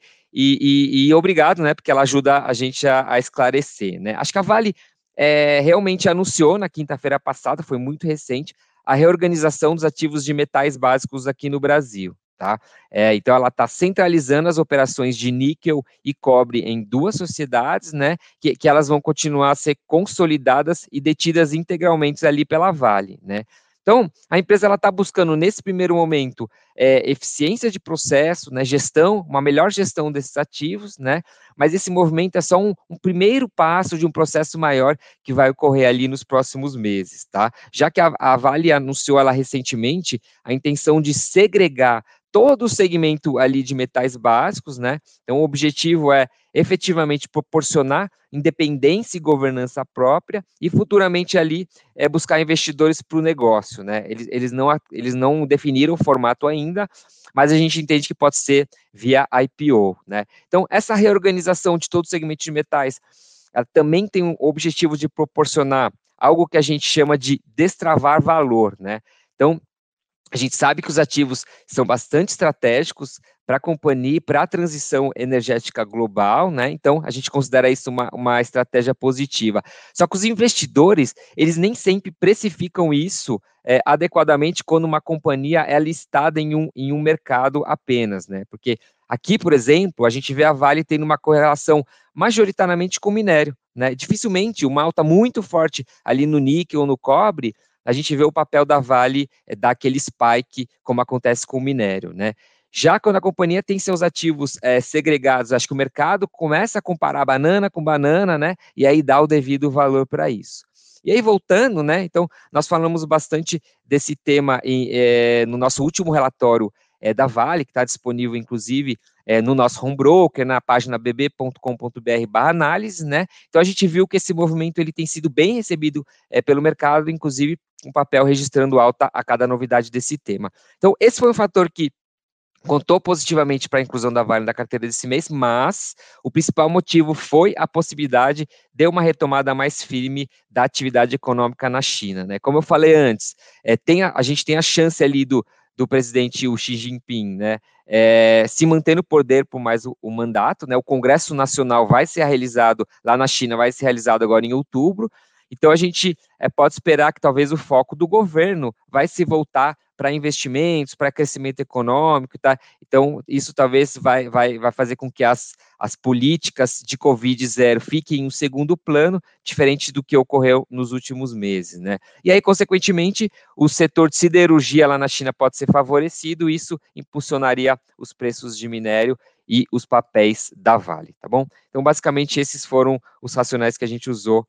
e, e, e obrigado, né? Porque ela ajuda a gente a, a esclarecer, né? Acho que a Vale é, realmente anunciou na quinta-feira passada, foi muito recente, a reorganização dos ativos de metais básicos aqui no Brasil. Tá? É, então, ela está centralizando as operações de níquel e cobre em duas sociedades, né, que, que elas vão continuar a ser consolidadas e detidas integralmente ali pela Vale. Né? Então, a empresa está buscando, nesse primeiro momento, é, eficiência de processo, né, gestão, uma melhor gestão desses ativos, né, mas esse movimento é só um, um primeiro passo de um processo maior que vai ocorrer ali nos próximos meses. Tá? Já que a, a Vale anunciou ela recentemente a intenção de segregar todo o segmento ali de metais básicos, né? Então, o objetivo é efetivamente proporcionar independência e governança própria e futuramente ali é buscar investidores para o negócio, né? Eles, eles, não, eles não definiram o formato ainda, mas a gente entende que pode ser via I P O, né? Então, essa reorganização de todo o segmento de metais, ela também tem o objetivo de proporcionar algo que a gente chama de destravar valor, né? Então, a gente sabe que os ativos são bastante estratégicos para a companhia, para a transição energética global, né? Então, a gente considera isso uma, uma estratégia positiva. Só que os investidores, eles nem sempre precificam isso é, adequadamente quando uma companhia é listada em um, em um mercado apenas, né? Porque aqui, por exemplo, a gente vê a Vale tendo uma correlação majoritariamente com o minério, né? Dificilmente uma alta muito forte ali no níquel ou no cobre, a gente vê o papel da Vale é, dar aquele spike, como acontece com o minério, né? Já quando a companhia tem seus ativos é, segregados, acho que o mercado começa a comparar banana com banana, né? E aí dá o devido valor para isso. E aí, voltando, né? Então, nós falamos bastante desse tema em, é, no nosso último relatório é, da Vale, que está disponível, inclusive, é, no nosso home broker, na página b b ponto com ponto b r barra análise, né? Então, a gente viu que esse movimento ele tem sido bem recebido é, pelo mercado, inclusive um papel registrando alta a cada novidade desse tema. Então, esse foi um fator que contou positivamente para a inclusão da Vale na carteira desse mês, mas o principal motivo foi a possibilidade de uma retomada mais firme da atividade econômica na China, né? Como eu falei antes, é, tem a, a gente tem a chance ali do, do presidente Xi Jinping, né, é, se manter no poder por mais o, o mandato, né? O Congresso Nacional vai ser realizado lá na China, vai ser realizado agora em outubro. Então, a gente é, pode esperar que talvez o foco do governo vai se voltar para investimentos, para crescimento econômico, tá? Então, isso talvez vai, vai, vai fazer com que as, as políticas de Covid zero fiquem em um segundo plano, diferente do que ocorreu nos últimos meses, né? E aí, consequentemente, o setor de siderurgia lá na China pode ser favorecido, isso impulsionaria os preços de minério e os papéis da Vale, tá bom? Então, basicamente, esses foram os racionais que a gente usou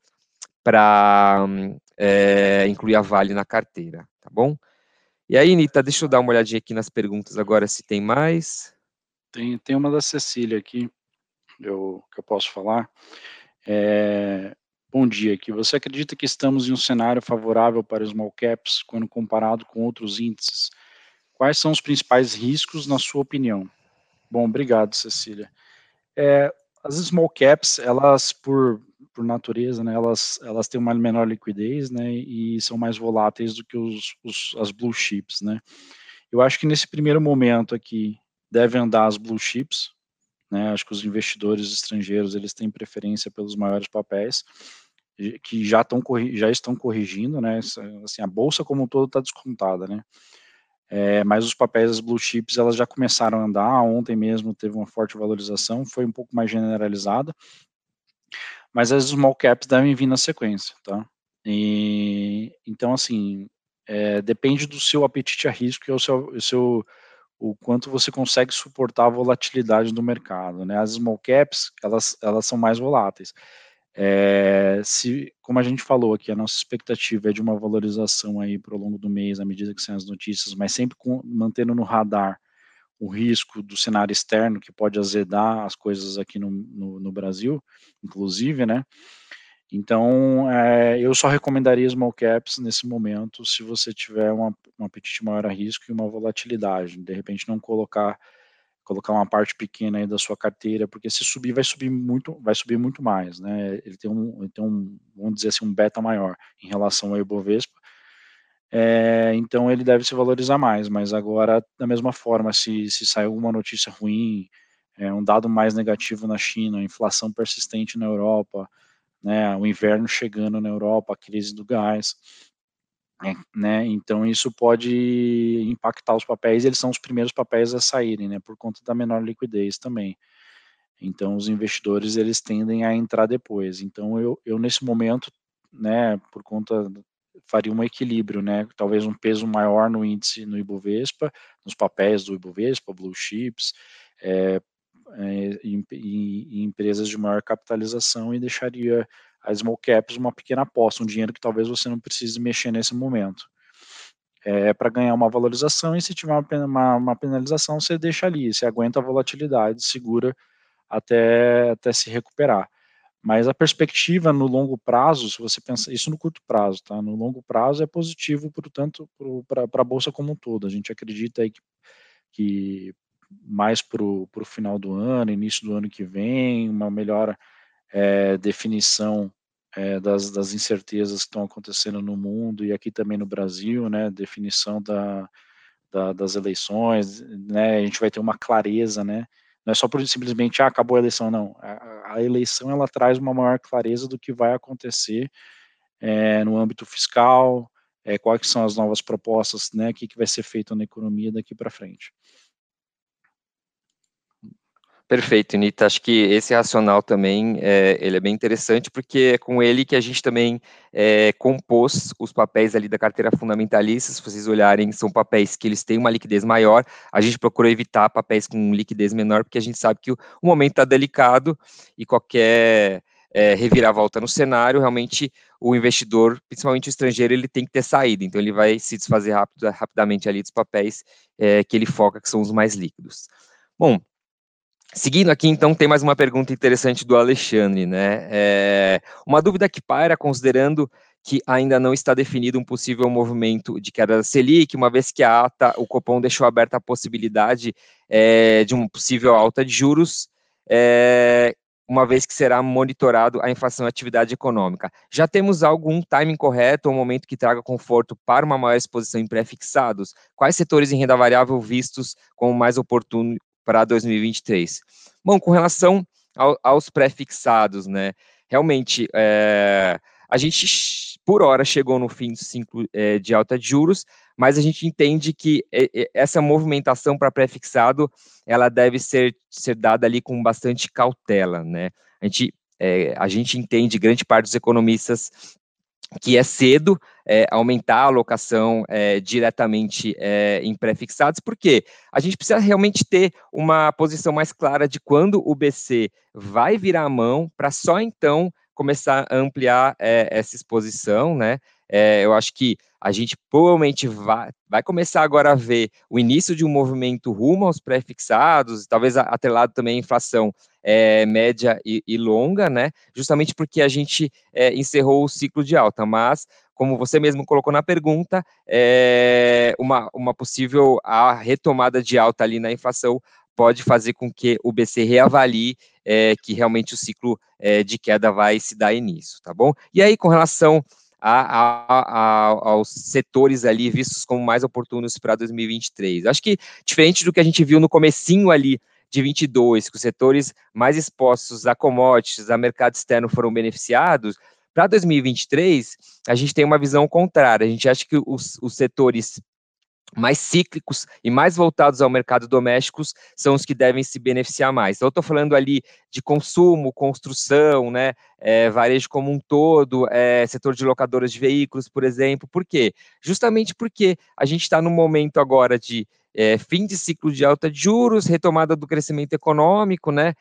para é, incluir a Vale na carteira, tá bom? E aí, Nita, deixa eu dar uma olhadinha aqui nas perguntas agora, se tem mais. Tem, tem uma da Cecília aqui, eu, que eu posso falar. É, Bom dia, aqui. Você acredita que estamos em um cenário favorável para os small caps quando comparado com outros índices? Quais são os principais riscos, na sua opinião? Bom, obrigado, Cecília. É, as small caps, elas, por, por natureza, né, elas, elas têm uma menor liquidez, né, e são mais voláteis do que os, os, as blue chips, né. Eu acho que nesse primeiro momento aqui, devem andar as blue chips, né, acho que os investidores estrangeiros, eles têm preferência pelos maiores papéis, que já, tão, já estão corrigindo, né, assim, a bolsa como um todo está descontada, né, é, mas os papéis das blue chips, elas já começaram a andar, ontem mesmo teve uma forte valorização, foi um pouco mais generalizada, mas as small caps devem vir na sequência, tá, e, então assim, é, depende do seu apetite a risco e o seu, o seu o quanto você consegue suportar a volatilidade do mercado, né, as small caps, elas, elas são mais voláteis. É, se, como a gente falou aqui, a nossa expectativa é de uma valorização aí para o longo do mês, à medida que saem as notícias, mas sempre com, mantendo no radar o risco do cenário externo que pode azedar as coisas aqui no, no, no Brasil, inclusive, né? Então, é, eu só recomendaria small caps nesse momento se você tiver uma, um apetite maior a risco e uma volatilidade. De repente, não colocar colocar uma parte pequena aí da sua carteira, porque se subir, vai subir muito, vai subir muito mais, né? Ele tem um, ele tem um, vamos dizer assim, um beta maior em relação ao Ibovespa. É, então ele deve se valorizar mais, mas agora, da mesma forma, se, se sair alguma notícia ruim, é, um dado mais negativo na China, inflação persistente na Europa, né, o inverno chegando na Europa, a crise do gás, é, né, então isso pode impactar os papéis, eles são os primeiros papéis a saírem, né, por conta da menor liquidez também. Então os investidores, eles tendem a entrar depois. Então eu, eu nesse momento, né, por conta, faria um equilíbrio, né, talvez um peso maior no índice, no Ibovespa, nos papéis do Ibovespa, blue chips, é, é, em, em, em empresas de maior capitalização, e deixaria as small caps uma pequena aposta, um dinheiro que talvez você não precise mexer nesse momento. É, para ganhar uma valorização, e se tiver uma, uma, uma penalização, você deixa ali, você aguenta a volatilidade, segura até, até se recuperar. Mas a perspectiva no longo prazo, se você pensar, isso no curto prazo, tá? No longo prazo é positivo, portanto, para a Bolsa como um todo. A gente acredita aí que, que mais para o final do ano, início do ano que vem, uma melhor é, definição é, das, das incertezas que estão acontecendo no mundo e aqui também no Brasil, né? Definição da, da, das eleições, né? A gente vai ter uma clareza, né? Não é só por simplesmente, ah, acabou a eleição, não. A, a eleição, ela traz uma maior clareza do que vai acontecer é, no âmbito fiscal, é, quais são as novas propostas, né? O que, que vai ser feito na economia daqui para frente. Perfeito, Nita. Acho que esse racional também é, ele é bem interessante, porque é com ele que a gente também é, compôs os papéis ali da carteira fundamentalista. Se vocês olharem, são papéis que eles têm uma liquidez maior. A gente procurou evitar papéis com liquidez menor, porque a gente sabe que o, o momento está delicado e qualquer é, reviravolta no cenário, realmente o investidor, principalmente o estrangeiro, ele tem que ter saída. Então ele vai se desfazer rápido, rapidamente ali dos papéis é, que ele foca, que são os mais líquidos. Bom, seguindo aqui, então, tem mais uma pergunta interessante do Alexandre, né? É, uma dúvida que paira, considerando que ainda não está definido um possível movimento de queda da Selic, uma vez que a ata, o Copom deixou aberta a possibilidade é, de uma possível alta de juros, é, uma vez que será monitorado a inflação e a atividade econômica. Já temos algum timing correto, um momento que traga conforto para uma maior exposição em pré-fixados? Quais setores em renda variável vistos como mais oportuno para dois mil e vinte e três? Bom, com relação ao, aos pré-fixados, né, realmente, é, a gente, por hora, chegou no fim do ciclo é, de alta de juros, mas a gente entende que essa movimentação para pré-fixado, ela deve ser, ser dada ali com bastante cautela, né? A gente, é, a gente entende, grande parte dos economistas, que é cedo é, aumentar a alocação é, diretamente é, em pré-fixados, porque a gente precisa realmente ter uma posição mais clara de quando o B C vai virar a mão, para só então começar a ampliar é, essa exposição, né? é, eu acho que a gente provavelmente vai, vai começar agora a ver o início de um movimento rumo aos pré-fixados, talvez atrelado também à inflação é, média e, e longa, né? Justamente porque a gente é, encerrou o ciclo de alta, mas como você mesmo colocou na pergunta, é, uma, uma possível a retomada de alta ali na inflação pode fazer com que o B C reavalie é, que realmente o ciclo é, de queda vai se dar início, tá bom? E aí, com relação a, a, a, aos setores ali vistos como mais oportunos para dois mil e vinte e três, acho que diferente do que a gente viu no comecinho ali de vinte e dois, que os setores mais expostos a commodities, a mercado externo foram beneficiados, para dois mil e vinte e três, a gente tem uma visão contrária. A gente acha que os, os setores mais cíclicos e mais voltados ao mercado doméstico são os que devem se beneficiar mais. Então, eu estou falando ali de consumo, construção, né, é, varejo como um todo, é, setor de locadoras de veículos, por exemplo. Por quê? Justamente porque a gente está num momento agora de é, fim de ciclo de alta de juros, retomada do crescimento econômico, né,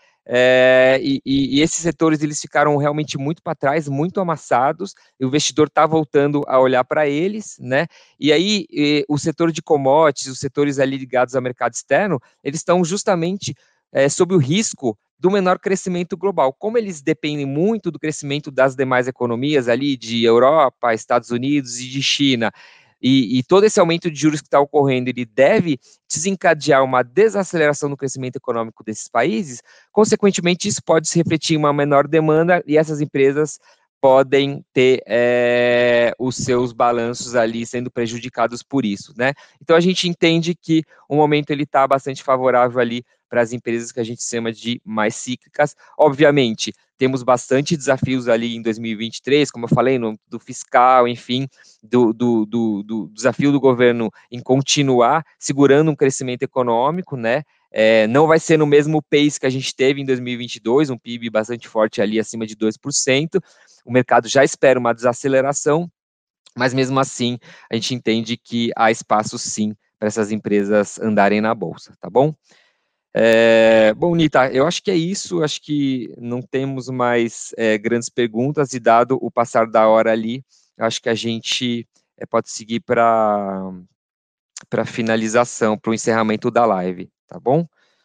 é, e, e esses setores eles ficaram realmente muito para trás, muito amassados, e o investidor está voltando a olhar para eles, né, e aí e, o setor de commodities, os setores ali ligados ao mercado externo, eles estão justamente é, sob o risco do menor crescimento global. Como eles dependem muito do crescimento das demais economias ali, de Europa, Estados Unidos e de China, e, e todo esse aumento de juros que está ocorrendo, ele deve desencadear uma desaceleração no crescimento econômico desses países, consequentemente isso pode se refletir em uma menor demanda e essas empresas podem ter é, os seus balanços ali sendo prejudicados por isso, né? Então a gente entende que o momento ele está bastante favorável ali para as empresas que a gente chama de mais cíclicas. Obviamente, temos bastante desafios ali em dois mil e vinte e três, como eu falei, no, do fiscal, enfim, do, do, do, do desafio do governo em continuar segurando um crescimento econômico, né? É, não vai ser no mesmo pace que a gente teve em dois mil e vinte e dois, um P I B bastante forte ali, acima de dois por cento. O mercado já espera uma desaceleração, mas mesmo assim, a gente entende que há espaço sim para essas empresas andarem na bolsa, tá bom? É, bom, Nita, eu acho que é isso, acho que não temos mais é, grandes perguntas, e dado o passar da hora ali, eu acho que a gente é, pode seguir para para finalização, para o encerramento da live, tá bom?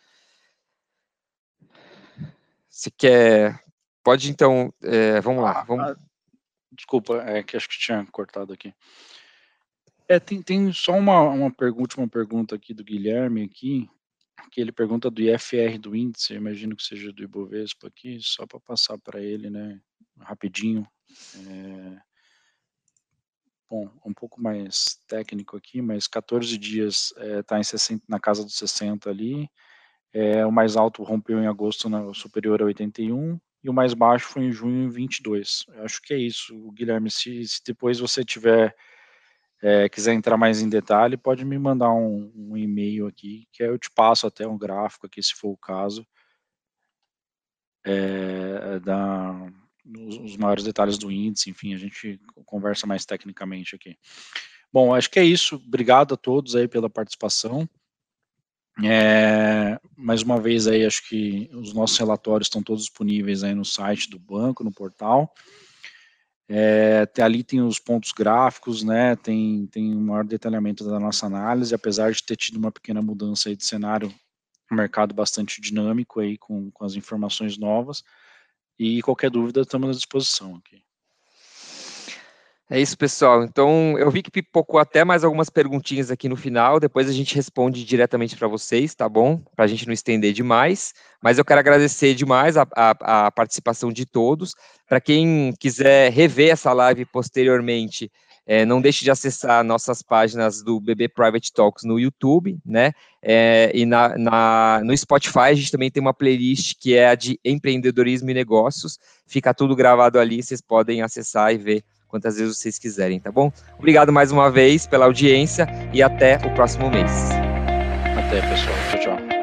Se quer, pode então, é, vamos lá. Vamos... Ah, desculpa, é que acho que tinha cortado aqui. É, tem, tem só uma, uma pergunta, uma pergunta aqui do Guilherme aqui, que ele pergunta do I F R do índice, eu imagino que seja do Ibovespa aqui, só para passar para ele, né, rapidinho. É, bom, um pouco mais técnico aqui, mas quatorze dias está é, em sessenta, na casa dos sessenta ali, é, o mais alto rompeu em agosto na, superior a oitenta e um, e o mais baixo foi em junho vinte e dois. Eu acho que é isso, Guilherme, se, se depois você tiver, é, quiser entrar mais em detalhe, pode me mandar um, um e-mail aqui, que aí eu te passo até um gráfico aqui, se for o caso, é, da, os, os maiores detalhes do índice, enfim, a gente conversa mais tecnicamente aqui. Bom, acho que é isso, obrigado a todos aí pela participação. É, mais uma vez aí, acho que os nossos relatórios estão todos disponíveis aí no site do banco, no portal. É, ali tem os pontos gráficos, né, tem, tem um maior detalhamento da nossa análise, apesar de ter tido uma pequena mudança aí de cenário, um mercado bastante dinâmico aí com, com as informações novas, e qualquer dúvida estamos à disposição aqui. É isso, pessoal. Então, eu vi que pipocou até mais algumas perguntinhas aqui no final, depois a gente responde diretamente para vocês, tá bom? Para a gente não estender demais, mas eu quero agradecer demais a, a, a participação de todos. Para quem quiser rever essa live posteriormente, é, não deixe de acessar nossas páginas do B B Private Talks no YouTube, né? É, e na, na, no Spotify a gente também tem uma playlist que é a de empreendedorismo e negócios. Fica tudo gravado ali, vocês podem acessar e ver quantas vezes vocês quiserem, tá bom? Obrigado mais uma vez pela audiência e até o próximo mês. Até, pessoal. Tchau, tchau.